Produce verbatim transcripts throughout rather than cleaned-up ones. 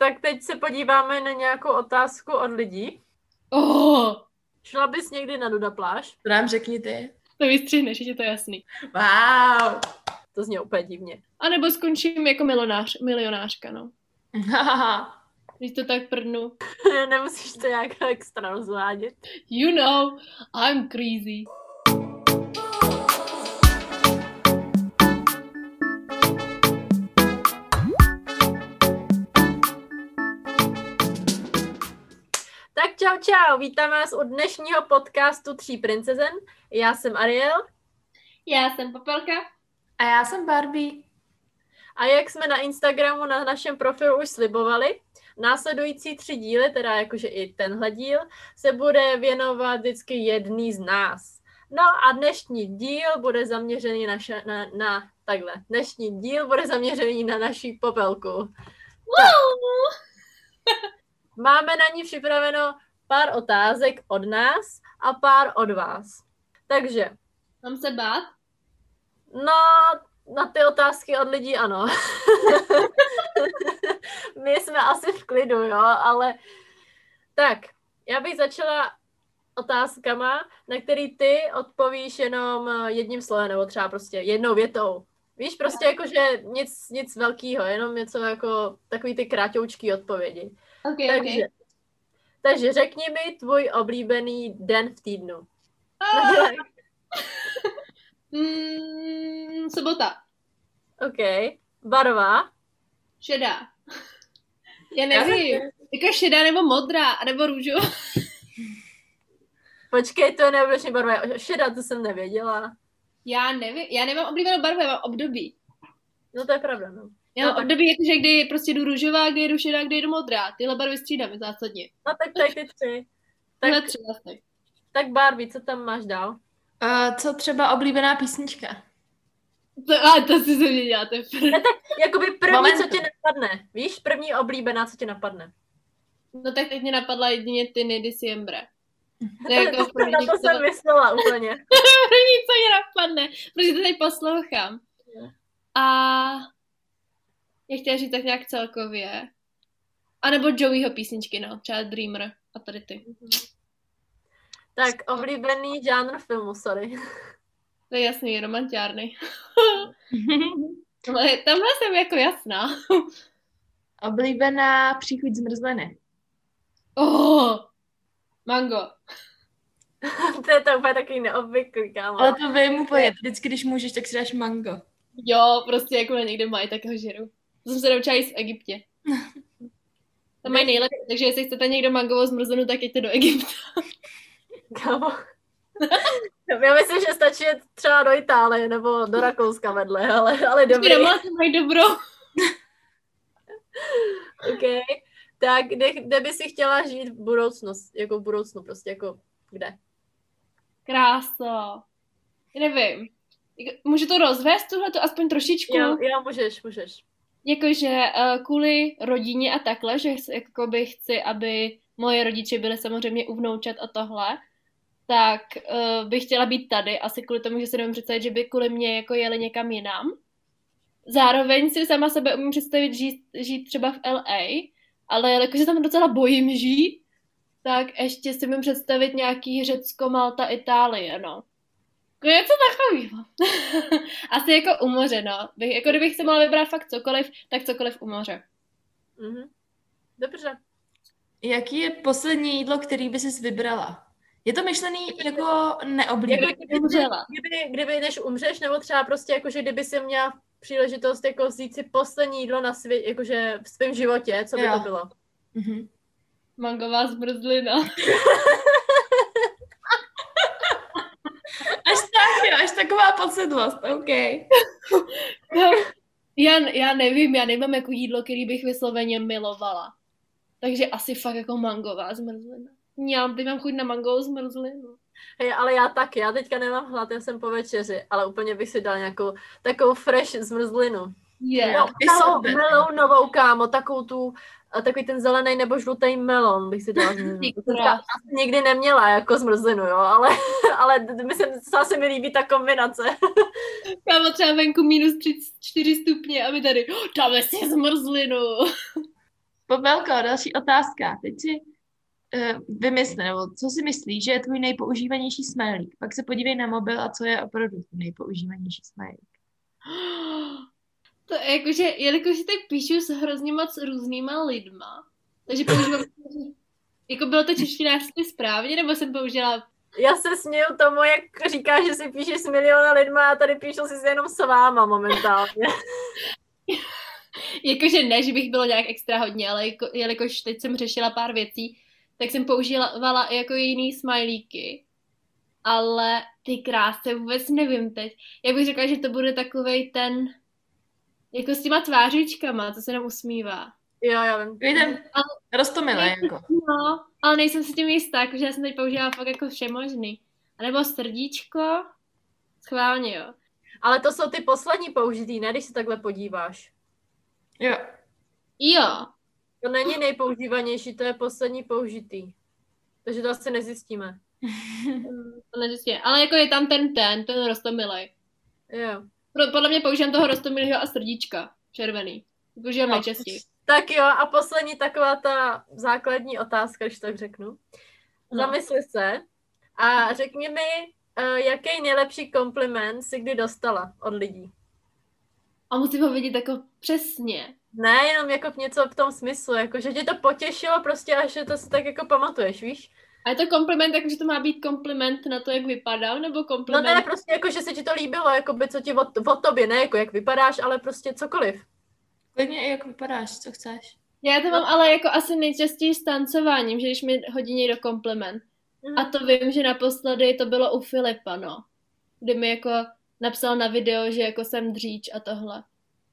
tak teď se podíváme na nějakou otázku od lidí. Oh, Šla bys někdy na Duda pláž? To nám řekni ty. to vystřihneš, je to jasný. Wow. To zní úplně divně. A nebo skončím jako milionář, milionářka, no. Když to tak prdnu. Nemusíš to nějak extra rozvádět. You know, I'm crazy. Tak čau, čau, vítám vás u dnešního podcastu Tří princezen. Já jsem Ariel. Já jsem Popelka. A já jsem Barbie. A jak jsme na Instagramu na našem profilu už slibovali, následující tři díly, teda jakože i tenhle díl, se bude věnovat vždycky jedný z nás. No a dnešní díl bude zaměřený na, ša- na, na takhle. Dnešní díl bude zaměřený na naší Popelku. Máme na ní připraveno pár otázek od nás a pár od vás. Takže, Mám se bát? no, na ty otázky od lidí ano. My jsme asi v klidu, jo, ale tak, já bych začala otázkama, na který ty odpovíš jenom jedním slovem, nebo třeba prostě jednou větou. Víš, prostě jako, že nic, nic velkého, jenom něco jako takový ty kráťoučký odpovědi. Okay, takže, okay. takže řekni mi tvůj oblíbený den v týdnu. Ah! mm, sobota. OK. Barva? Šedá. Já nevím. Jako šedá nebo modrá, nebo růžová. Počkej, to je neoblečný barva. Šedá, to jsem nevěděla. Já nevím. Já nemám oblíbenou barvu, já mám období. No to je pravda, no. Já no, mám období, jakože kdy prostě jdu růžová, kdy jdu šedá, kdy jdu modrá. Tyhle barvy střídáme zásadně. No tak tady ty tři. Tyhle Tak, tři vlastně. tak Barbie, co tam máš dál? Uh, co třeba oblíbená písnička? To, a to si se mě dělá, to je Ne, tak jakoby první, Momentu. co tě napadne. Víš, první oblíbená, co tě napadne. No tak teď mě napadla jedině Tiny Diciembre. To To, je jako to, první, na to co... jsem myslela úplně. první, co mě napadne, protože to tady poslouchám. A já chtěla říct tak nějak celkově. A nebo Joeyho písničky, no, třeba Dreamer a tady ty. Tak oblíbený žánr filmu, sorry. To je jasný, romantiárny. Ale tamhle jsem jako jasná. Oblíbená příchuť zmrzliny. Oh, mango. To je to úplně takový neobvyklý, kámo. Ale to vím úplně. Vždycky, když můžeš, tak si dáš mango. Jo, prostě jako na někde mají, tak ho žeru. To jsem se naučila i v Egyptě. Tam mají nejlepší, takže jestli chcete někdo mangovou zmrzlinu, tak jděte do Egypta. Kámo. Já myslím, že stačí jet třeba do Itálie nebo do Rakouska vedle, ale, ale dobrý. Doma to mají dobro. OK. Tak kde, kde by si chtěla žít v budoucnost? Jako v budoucnu prostě, jako kde? Krása. Nevím. Můžu to rozvést tuhleto aspoň trošičku? Jo, jo, můžeš, můžeš. Jakože uh, kvůli rodině a takhle, že jakoby chci, aby moje rodiče byly samozřejmě u vnoučat a tohle, tak uh, bych chtěla být tady, asi kvůli tomu, že se nemůžu představit, že by kvůli mě jako jeli někam jinam. Zároveň si sama sebe umím představit žít, žít třeba v L A, ale jakože tam docela bojím žít, tak ještě si umím představit nějaký Řecko, Malta, Itálie, no. Něco takového. Asi jako u moře, no. Bych, jako kdybych se mohla vybrat fakt cokoliv, tak cokoliv u moře. Mhm. Dobře. Jaký je poslední jídlo, který by jsi vybrala? Je to myšlený jako neoblíbené? Jako, kdyby, kdyby, kdyby než umřeš, nebo třeba prostě jako, že kdyby si měla příležitost jako vzít si poslední jídlo na svě, jakože v svém životě, co by Jo. to bylo? Mhm. Mangová zmrzlina. Až tak, jo, až taková posedlost, OK. No, já, já nevím, já nemám jako jídlo, který bych vysloveně milovala. Takže asi fakt jako mangová zmrzlina. Já teď mám chuť na mangovou zmrzlinu. Hej, ale já taky, já teďka nemám hlad, já jsem po večeři, ale úplně bych si dal nějakou takovou fresh zmrzlinu. Yeah. No, Ty melou, sobě. melounovou, kámo, takovou tu, a takový ten zelený nebo žlutý melon bych si dala. Ty To jsem krás. asi nikdy neměla jako zmrzlinu, jo, ale, ale myslím, že se mi líbí ta kombinace. Kámo, třeba venku minus tři, čtyři stupně a my tady, oh, dáme si zmrzlinu. Popelko, další otázka. Teď si uh, vymysli, nebo co si myslíš, že je tvůj nejpoužívanější smajlík? Pak se podívej na mobil a co je opravdu tvůj nejpoužívanější smajlík. To je jakože, jelikož si teď píšu s hrozně moc různýma lidma, takže používám, jako bylo to češtinářsky správně, nebo jsem použila... Já se směju tomu, jak říkáš, že si píšeš s miliona lidma a tady píšu si jenom s váma momentálně. Jakože ne, že bych bylo nějak extra hodně, ale jako, jelikož teď jsem řešila pár věcí, tak jsem používala i jako jiný smajlíky. Ale ty krásy vůbec nevím teď. Já bych řekla, že to bude takovej ten, jako s těma tvářičkama, co se nám usmívá. Jo, já vím. Víte, roztomilé jako. No, ale nejsem si tím jistá, že já jsem teď používala fakt jako všemožný. A nebo srdíčko, schválně jo. Ale to jsou ty poslední použitý, ne, když se takhle podíváš. Jo. Jo. To není nejpoužívanější, to je poslední použitý. Takže to asi nezjistíme. To nezjistíme. Ale jako je tam ten ten, ten rostomilej. Jo. Podle mě používám toho rostomilého a srdíčka. Červený. Používám No. nejčastěji. Tak jo, a poslední taková ta základní otázka, když tak řeknu. No. Zamysli se a řekni mi, uh, jaký nejlepší kompliment jsi kdy dostala od lidí. A musím ho vidět jako přesně. Ne, jenom jako něco v tom smyslu, jako že tě to potěšilo prostě a že to si tak jako pamatuješ, víš? A je to kompliment, jakože to má být kompliment na to, jak vypadám, nebo No kompliment? ne, prostě jako, že se ti to líbilo, jako by co ti o, o tobě, ne jako jak vypadáš, ale prostě cokoliv. Klidně i jak vypadáš, co chceš. Já to mám ale jako asi nejčastěji s tancováním, že když mi hodí někdo kompliment. Mhm. A to vím, že naposledy to bylo u Filipa, no. Kdy mi jako napsal na video, že jako jsem dříč a tohle.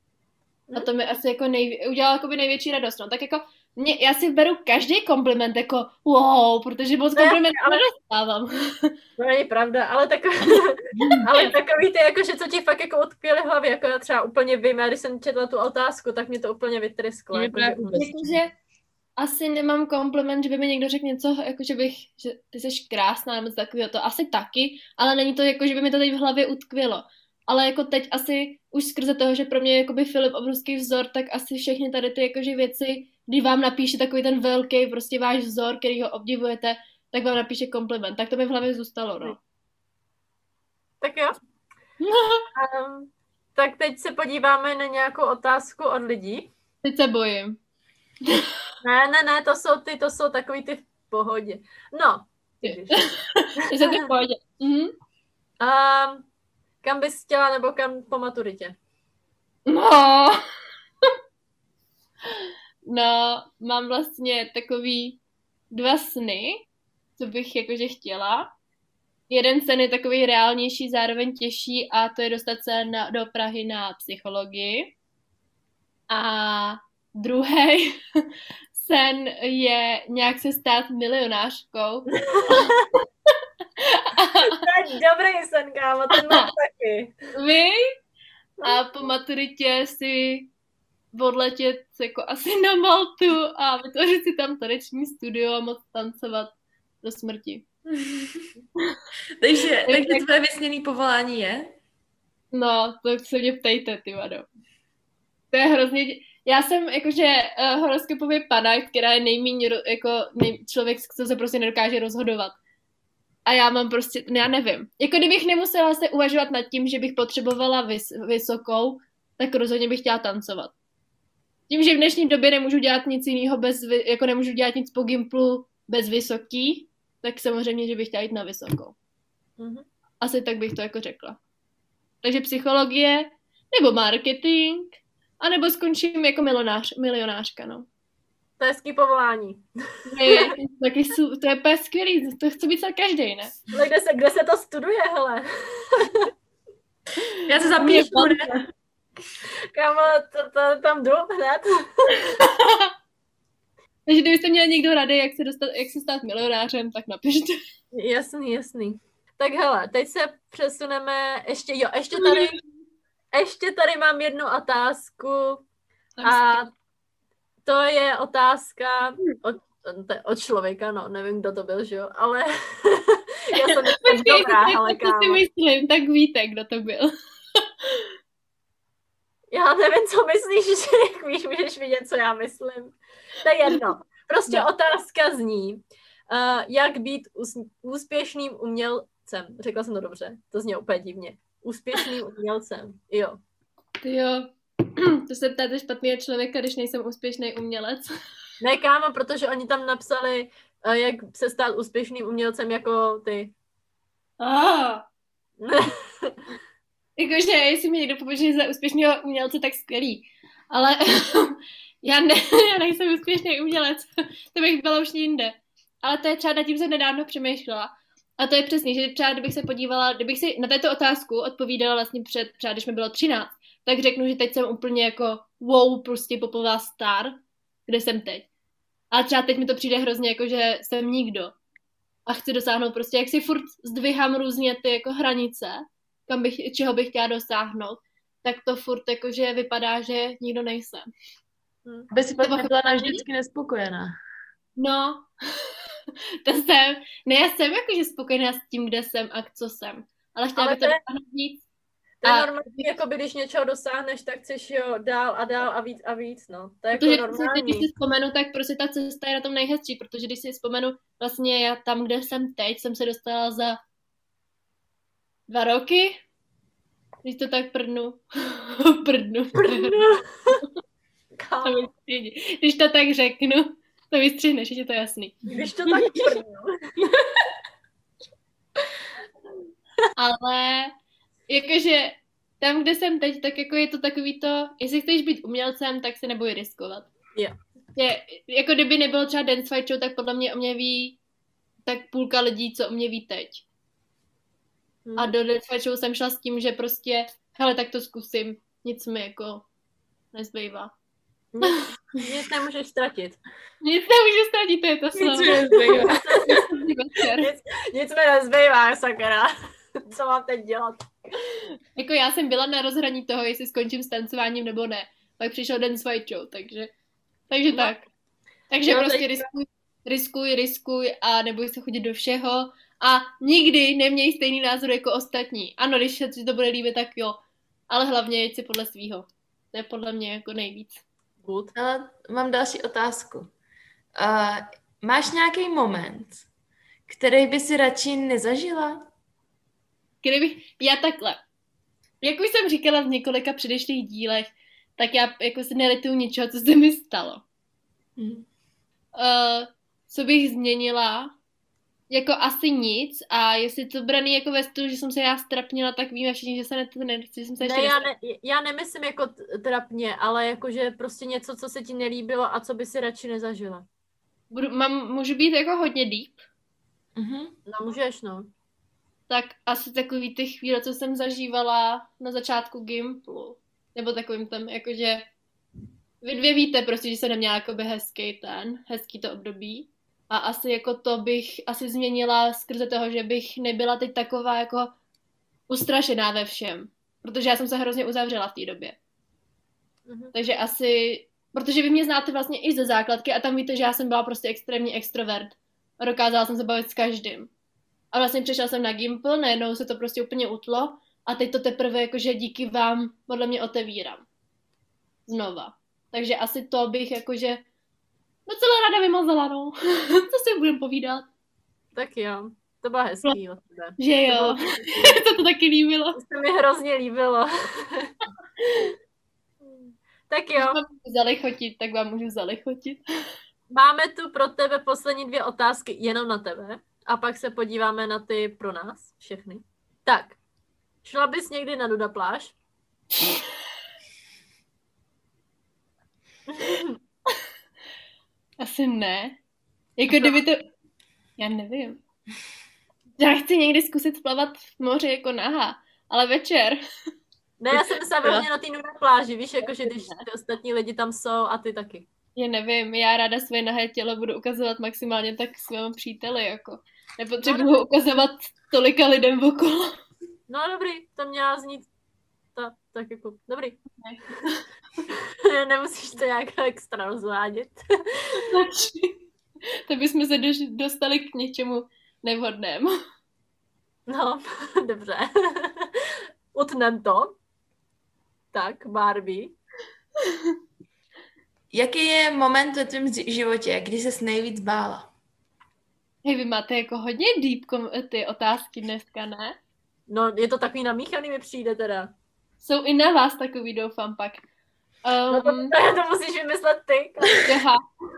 A to mi asi jako nej, udělalo jakoby největší radost, no. Tak jako mě, já si beru každý kompliment jako wow, protože moc komplimentů ale... nedostávám. To není pravda, ale takový, ale takový ty, jako, že co ti fakt jako utkvěly hlavě, jako já třeba úplně vím, a když jsem četla tu otázku, tak mě to úplně vytrysklo. Jako, že... Jakože asi nemám kompliment, že by mi někdo řekl něco, jako že bych, že ty jsi krásná, nebo takového, to asi taky, ale není to jako, že by mi to teď v hlavě utkvělo. Ale jako teď asi už skrze toho, že pro mě je jakoby Filip obrovský vzor, tak asi všechny tady ty jakože věci, kdy vám napíše takový ten velký prostě váš vzor, který ho obdivujete, tak vám napíše kompliment. Tak to mi v hlavě zůstalo, no. Tak jo. um, tak teď se podíváme na nějakou otázku od lidí. Teď se bojím. Ne, ne, ne, to jsou ty, to jsou takový ty v pohodě. No. Teď se ty v pohodě. Mhm. Um, kam bys chtěla, nebo kam po maturitě? No. No, mám vlastně takový dva sny, co bych jakože chtěla. Jeden sen je takový reálnější, zároveň těžší a to je dostat se na, do Prahy na psychologii. A druhý sen je nějak se stát milionářkou. To je dobrý sen, kámo, ten mám taky. Vy? A po maturitě si odletět jako asi na Maltu a vytvořit si tam taneční studio a moc tancovat do smrti. takže, takže tvoje vysněné povolání je? No, to se mě ptejte, ty vado. To je hrozně... Já jsem jakože uh, horoskopový panák, která je nejméně jako nej, člověk, co se prostě nedokáže rozhodovat. A já mám prostě, já nevím. Jako kdybych nemusela se uvažovat nad tím, že bych potřebovala vys, vysokou, tak rozhodně bych chtěla tancovat. Tím, že v dnešní době nemůžu dělat nic jiného bez, jako nemůžu dělat nic po Gimplu bez vysoký, tak samozřejmě, že bych chtěla jít na vysokou. Mm-hmm. Asi tak bych to jako řekla. Takže psychologie, nebo marketing, anebo skončím jako milionář, milionářka, no. To je hezký povolání. Je, taky jsou, to je úplně skvělý, to chce být celý každej, ne? Ale kde se, kde se to studuje, hele? Já se zapíšu, ne? Kámo, to, to, tam jdu hned. Takže kdybyste měli někdo rady, jak se, dostat, jak se stát milionářem, tak napište. Jasný, jasný. Tak hele, teď se přesuneme, ještě, jo, ještě tady, ještě tady mám jednu otázku a to je otázka od, od člověka, no, nevím, kdo to byl, že jo, ale já jsem tak dobrá, ale kámo. To si myslím, tak víte, kdo to byl. Já nevím, co myslíš, že jak víš, můžeš vidět, co já myslím. To je jedno. Prostě no. Otázka zní, uh, jak být us- úspěšným umělcem. Řekla jsem to dobře, to zní úplně divně. Úspěšným umělcem, jo. Ty jo, to se ptáte špatného člověka, když nejsem úspěšný umělec. Ne, kámo, protože oni tam napsali, uh, jak se stát úspěšným umělcem jako ty. Ah. Jakože, jestli mi někdo považuje za úspěšného umělce, tak skvělý. Ale já, ne, já nejsem úspěšný umělec. To bych byla už jinde. Ale to je třeba, nad tím jsem nedávno přemýšlela. A to je přesně, že třeba kdybych se podívala, kdybych si na této otázku odpovídala vlastně před, třeba když mi bylo třináct, tak řeknu, že teď jsem úplně jako wow, prostě popová star, kde jsem teď. Ale třeba teď mi to přijde hrozně jako, že jsem nikdo. A chci dosáhnout prostě, jak si furt zdvihám různě ty jako hranice, kam bych, čeho bych chtěla dosáhnout, tak to furt jakože vypadá, že nikdo nejsem. Hmm. Aby si pak byla navždycky nespokojená. No, to jsem, ne, já jsem jakože spokojená s tím, kde jsem a co jsem. Ale chtěla bych to dosáhnout víc. To je a... normální, jako by, když něčeho dosáhneš, tak chceš jo dál a dál a víc a víc, no. To je jako normální. Když si vzpomenu, tak prostě ta cesta je na tom nejhezčí, protože když si vzpomenu, vlastně já tam, kde jsem teď, jsem se dostala za dva roky, když to tak prdnu. prdnu. Prdnu. Když to tak řeknu, to vystřihneš, je to jasný. Když to tak prdnu. Ale jakože tam, kde jsem teď, tak jako je to takový to, jestli chceš být umělcem, tak se neboj riskovat. Yeah. Je, jako kdyby nebylo třeba Dance Fight Show, tak podle mě o mě ví tak půlka lidí, co o mě ví teď. Hmm. A do Dance Fight Show jsem šla s tím, že prostě, hele, tak to zkusím, nic mi jako nezbývá. Nic, nic nemůžeš ztratit. Nic nemůžeš ztratit, to je to slovo. Nic mi nezbývá. nic, nic mi nezbývá, sakra. Co mám teď dělat? Jako já jsem byla na rozhraní toho, jestli skončím s tancováním nebo ne. Pak přišel Dance Fight Show, takže, takže no. tak. Takže no, prostě teď... riskuj, riskuj, riskuj a neboj se chodit do všeho a nikdy neměj stejný názor jako ostatní. Ano, když se to bude líbit, tak jo. Ale hlavně jeď si podle svýho. To je podle mě jako nejvíc. Good. Ale mám další otázku. Uh, máš nějaký moment, který by si radši nezažila? Kdybych, já takhle. Jak už jsem říkala v několika předešlých dílech, tak já jako se nelituju ničeho, co se mi stalo. Hmm. Uh, co bych změnila? Jako asi nic a jestli to braný jako ve stylu, že jsem se já strapnila, tak víme všichni, že se ne, nechci, že jsem se ještě ne, já, ne, já nemyslím jako trapně, ale jakože prostě něco, co se ti nelíbilo a co by si radši nezažila. Budu, mám, můžu být jako hodně deep? Mhm. No můžeš, no. Tak asi takový ty chvíle, co jsem zažívala na začátku Gimplu. Nebo takovým tam, jakože vy dvě víte prostě, že jsem neměla jakoby hezký ten, hezký to období. A asi jako to bych asi změnila skrze toho, že bych nebyla teď taková jako ustrašená ve všem. Protože já jsem se hrozně uzavřela v té době. Mm-hmm. Takže asi, protože vy mě znáte vlastně i ze základky a tam víte, že já jsem byla prostě extrémní extrovert. A dokázala jsem se bavit s každým. A vlastně přišla jsem na Gimple, najednou se to prostě úplně utlo a teď to teprve jakože díky vám podle mě otevírám. Znova. Takže asi to bych jakože docela ráda vymazala, no. Co si budem povídat? Tak jo, to bylo hezký od tebe. Že jo, to, to taky líbilo. To se mi hrozně líbilo. Tak jo. Když vám můžu zalichotit, tak vám můžu zalichotit. Máme tu pro tebe poslední dvě otázky jenom na tebe. A pak se podíváme na ty pro nás všechny. Tak, šla bys někdy na Duda pláž? Asi ne. Jako kdyby to... Já nevím. Já chci někdy zkusit plavat v moři jako nahá, ale večer. Ne, já jsem se vlastně na té Duda pláži, víš, jakože když ty ostatní lidi tam jsou a ty taky. Já nevím, já ráda své nahé tělo budu ukazovat maximálně tak svému příteli, jako. Nepotřebuji no, ukazovat tolika lidem okolo. No dobrý, to měla znít ta, tak jako, dobrý. Ne. Nemusíš to nějak extra rozvádět. To bychom se dostali k něčemu nevhodnému. No, dobře. Utnem to. Tak, Barbie. Jaký je moment ve tvém životě, kdy ses nejvíc bála? Hej, vy máte jako hodně deep kom- ty otázky dneska, ne? No, je to takový namíchaný, mi přijde teda. Jsou i na vás takový, doufám pak. Um, No to, to, to musíš vymyslet ty. Aha.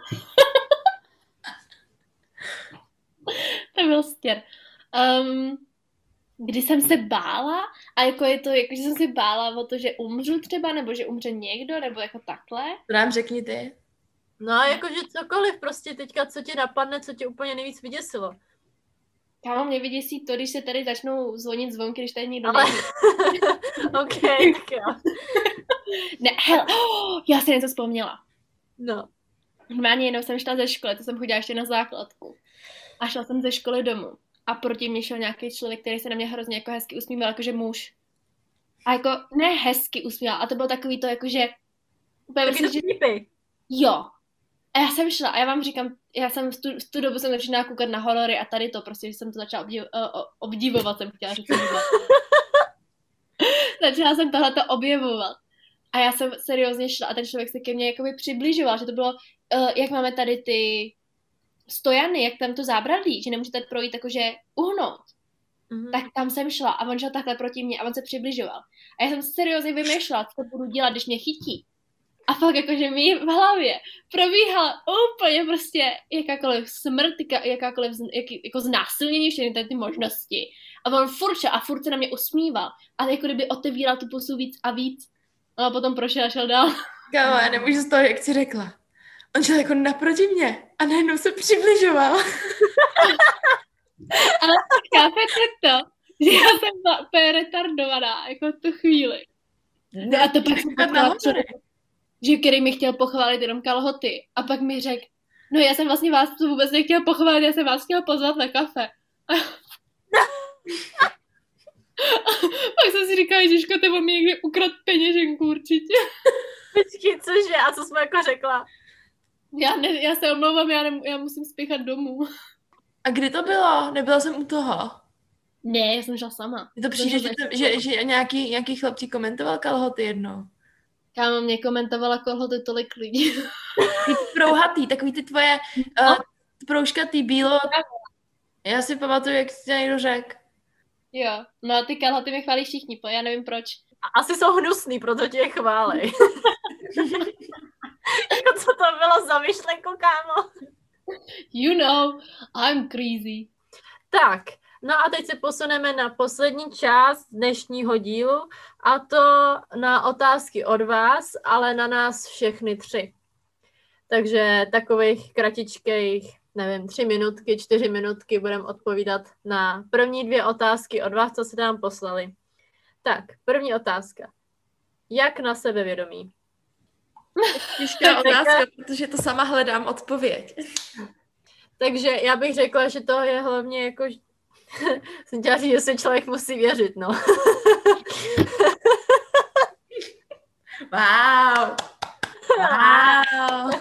To byl stěr. Um, kdy jsem se bála? A jako je to, jako, že jsem se bála o to, že umřu třeba, nebo že umře někdo, nebo jako takhle? To nám řekni ty. No, jakože cokoliv prostě teďka, co ti napadne, co tě úplně nejvíc vyděsilo. Kámo, mě vyděsí to, když se tady začnou zvonit zvonky, když tady někdo Ale... není. OK, tak jo. Ne, hele, oh, já si něco vzpomněla. No. Normálně jenom jsem šla ze školy, to jsem chodila ještě na základku. A šla jsem ze školy domů. A proti mě šel nějaký člověk, který se na mě hrozně jako hezky usmíval, jakože muž. A jako, ne hezky usmíval, a to bylo takový to, jakože... Taky to že... vtipy. Jo. A já jsem šla a já vám říkám, já jsem v tu, v tu dobu jsem začínala koukat na horory a tady to, prostě, že jsem to začala obdiv, uh, obdivovat, jsem chtěla říct. Začala jsem tohleto objevovat. A já jsem seriózně šla a ten člověk se ke mně jakoby přibližoval, že to bylo, uh, jak máme tady ty stojany, jak tam to zábradlí, že nemůžete projít jakože uhnout. Mm-hmm. Tak tam jsem šla a on šel takhle proti mně a on se přibližoval. A já jsem seriózně vymýšlela, co budu dělat, když mě chytí. A fakt jakože mi v hlavě probíhala úplně prostě jakákoliv smrt, jakákoliv jak, jako znásilnění, všechny tady ty možnosti. A on furt šel a furt se na mě usmíval. A jako kdyby otevíral tu pusu víc a víc. A potom prošel a šel dál. Kámo, já nemůžu z toho, jak jsi řekla. On šel jako naproti mě a najednou se přibližoval. Ale chápete to, že já jsem byla úplně retardovaná, jako v tu chvíli. No a to pak jsem potkala člověk, že který mi chtěl pochválit jenom kalhoty. A pak mi řekl, no já jsem vlastně vás to vůbec nechtěl pochválit, já jsem vás chtěl pozvat na kafe. A... pak jsem si říkala, Ježiško, ty on mi někde ukradl peněženku určitě. Počkej, cože? A co jsme jako řekla? Já, ne, já se omlouvám, já, ne, já musím spěchat domů. A kdy to bylo? Nebyla jsem u toho. Ne, já jsem šla sama. Mně to přijde, že, to, že, že nějaký, nějaký chlapčí komentoval kalhoty jednou. Kámo, mě komentovala kalhoty tolik lidí. Ty prouhatý, takový ty tvoje uh, proužkatý, bílo. Já si pamatuju, jak jsi někdo řekl. Jo, no a ty kalhoty mi chválí všichni, já nevím proč. Asi jsou hnusný, proto tě je chválej. Jako co to bylo za myšlenku, kámo? You know, I'm crazy. Tak, no a teď se posuneme na poslední část dnešního dílu, a to na otázky od vás, ale na nás všechny tři. Takže takových kratičkých, nevím, tři minutky, čtyři minutky budeme odpovídat na první dvě otázky od vás, co se nám poslali. Tak, první otázka. Jak na sebevědomí? Těžká otázka, protože to sama hledám odpověď. Takže já bych řekla, že to je hlavně jako... jsem chtěla říct, že se člověk musí věřit, no. Wow. Wow.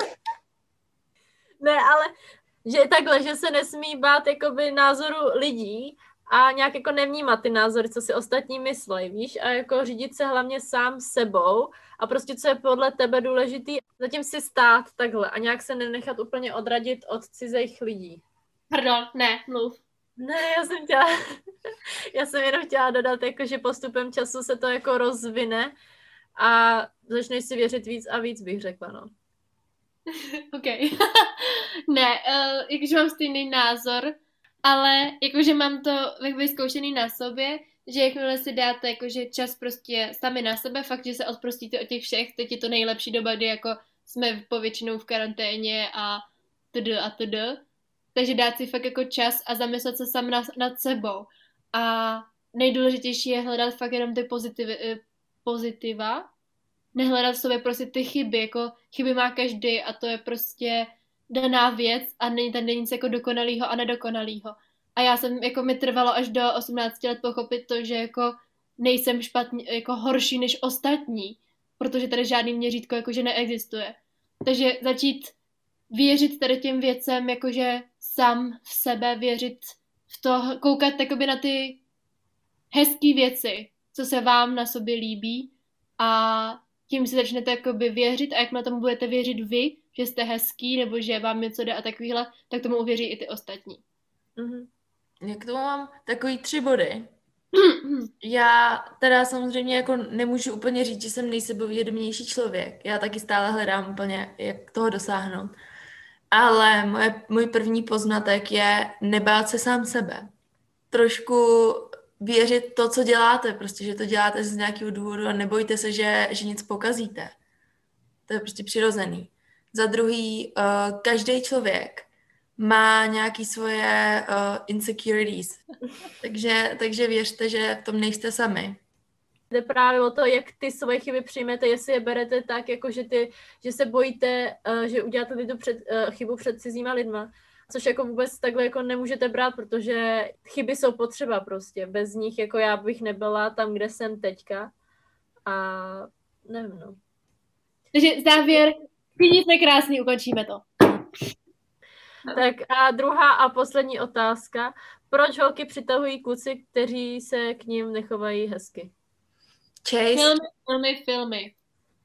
Ne, ale že takhle, že se nesmí bát jakoby názoru lidí a nějak jako nevnímat ty názory, co si ostatní myslí, víš? A jako řídit se hlavně sám sebou a prostě co je podle tebe důležitý, zatím si stát takhle a nějak se nenechat úplně odradit od cizích lidí. Pardon, ne, mluv. Ne, já jsem chtěla, já jsem jenom chtěla dodat, jako, že postupem času se to jako rozvine a začneš si věřit víc a víc, bych řekla, no. OK. Ne, uh, jakože mám stejný názor, ale jakože mám to vyzkoušený na sobě, že jakmile si dáte jakože čas prostě sami na sebe, fakt, že se odprostíte od těch všech, teď je to nejlepší doba, kdy jako jsme povětšinou v karanténě a td. A td. Takže dát si fakt jako čas a zamyslet se sám nad, nad sebou. A nejdůležitější je hledat fakt jenom ty pozitiv, pozitiva, nehledat v sobě prostě ty chyby, jako chyby má každý a to je prostě daná věc a není tam nic jako dokonalýho a nedokonalýho. A já jsem, jako mi trvalo až do osmnácti let pochopit to, že jako nejsem špatně, jako horší než ostatní, protože tady žádný měřítko jakože neexistuje. Takže začít věřit tady těm věcem, jakože sám v sebe, věřit v to, koukat takoby na ty hezký věci, co se vám na sobě líbí a tím si začnete jakoby věřit a jak na tomu budete věřit vy, že jste hezký nebo že vám něco jde a takovýhle, tak tomu uvěří i ty ostatní. Mm-hmm. Já k tomu mám takový tři body. Já teda samozřejmě jako nemůžu úplně říct, že jsem nejsebevědomější člověk. Já taky stále hledám úplně, jak toho dosáhnout. Ale moje, můj první poznatek je nebát se sám sebe. Trošku věřit to, co děláte, prostě, že to děláte z nějakého důvodu a nebojte se, že, že nic pokazíte. To je prostě přirozený. Za druhý, uh, každý člověk má nějaký svoje uh, insecurities. takže, takže věřte, že v tom nejste sami. Jde právě o to, jak ty svoje chyby přijmete, jestli je berete tak, jako že, ty, že se bojíte, uh, že uděláte tu před, uh, chybu před cizíma lidma. Což jako vůbec takhle jako nemůžete brát, protože chyby jsou potřeba prostě. Bez nich jako já bych nebyla tam, kde jsem teďka. A nevím, no. Takže závěr, všichni jsme krásný, ukončíme to. Tak a druhá a poslední otázka. Proč holky přitahují kluci, kteří se k ním nechovají hezky? Chase. Filmy, filmy, filmy.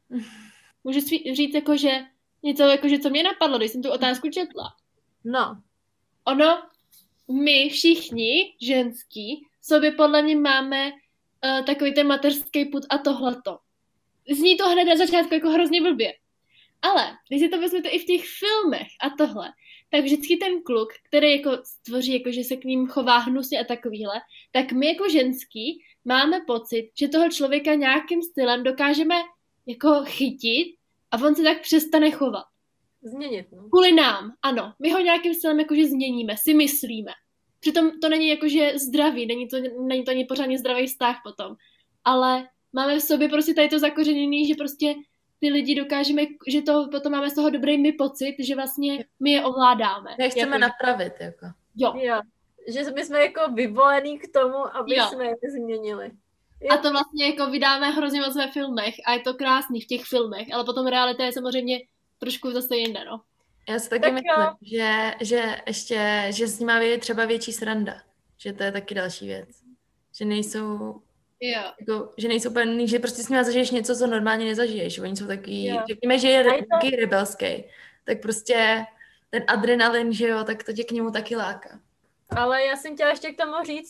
Můžu říct jako, že něco, jako, že co mě napadlo, když jsem tu otázku četla. No. Ono, my všichni, ženský, sobě podle mě máme uh, takový ten mateřský pud a tohleto. Zní to hned na začátku jako hrozně blbě. Ale když si to vezmete i v těch filmech a tohle, tak vždycky ten kluk, který jako stvoří, jako že se k ním chová hnusně a takovýhle, tak my jako ženský máme pocit, že toho člověka nějakým stylem dokážeme jako chytit a on se tak přestane chovat. Změnit, no. Kvůli nám, ano. My ho nějakým stylem jakože změníme, si myslíme. Přitom to není jakože zdravý, není to, není to ani pořádně zdravý vztah potom. Ale máme v sobě prostě tady to zakořeněný, že prostě ty lidi dokážeme, že to potom máme z toho dobrý my pocit, že vlastně my je ovládáme. My chceme jako, napravit, jako. Jo. jo. Že my jsme jako vyvolení k tomu, aby jo. jsme je změnili. Jo. A to vlastně jako vydáme hrozně moc ve filmech a je to krásný v těch filmech, ale potom realita je samozřejmě trošku zase jinde, no. Já si taky tak myslím, že, že ještě, že s nimi je třeba větší sranda. Že to je taky další věc. Že nejsou, jo. Jako, že nejsou úplně, že prostě s nimi zažiješ něco, co normálně nezažiješ. Oni jsou taky, jo. Řekněme, že je taky to... rebelský. Tak prostě ten adrenalin, že jo, tak to tě k němu taky láká. Ale já jsem chtěla ještě k tomu říct,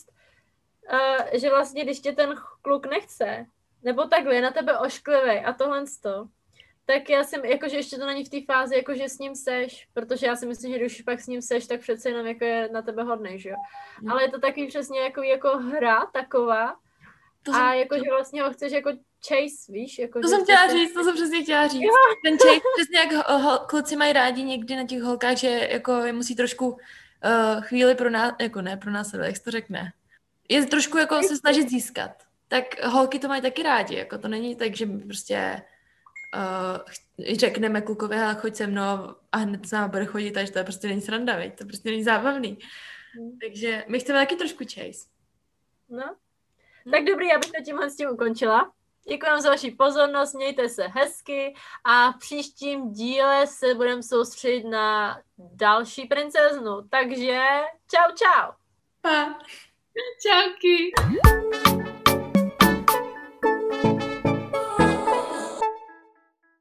uh, že vlastně, když tě ten kluk nechce, nebo takhle je na tebe ošklivý a tohle to, tak já jsem, jakože ještě to není v té fázi, jakože s ním seš, protože já si myslím, že když pak s ním seš, tak přece jenom jako je na tebe hodnej, že jo. No. Ale je to takový přesně jako, jako hra taková to a jsem... jakože vlastně ho chceš jako chase, víš? Jako, to jsem chtěla říct, to jsem přesně chtěla říct. Jo. Ten chase, přesně jak ho, ho, kluci mají rádi někdy na těch holkách, že jako je musí trošku uh, chvíli pro nás, jako ne pro nás, jak se to řekne. Je trošku jako se snažit získat. Tak holky to mají taky rádi, jako to není tak, že prostě Uh, řekneme klukovi, hele, choď se mnou a hned s náma bude chodit, takže to prostě není sranda, veď? To prostě není zábavný. Hmm. Takže my chceme taky trošku chase. No. Hmm. Tak dobrý, já bych to tímhle s tím ukončila. Děkuji vám za vaši pozornost, mějte se hezky a v příštím díle se budeme soustředit na další princeznu. Takže čau, čau. Pa. Čauky.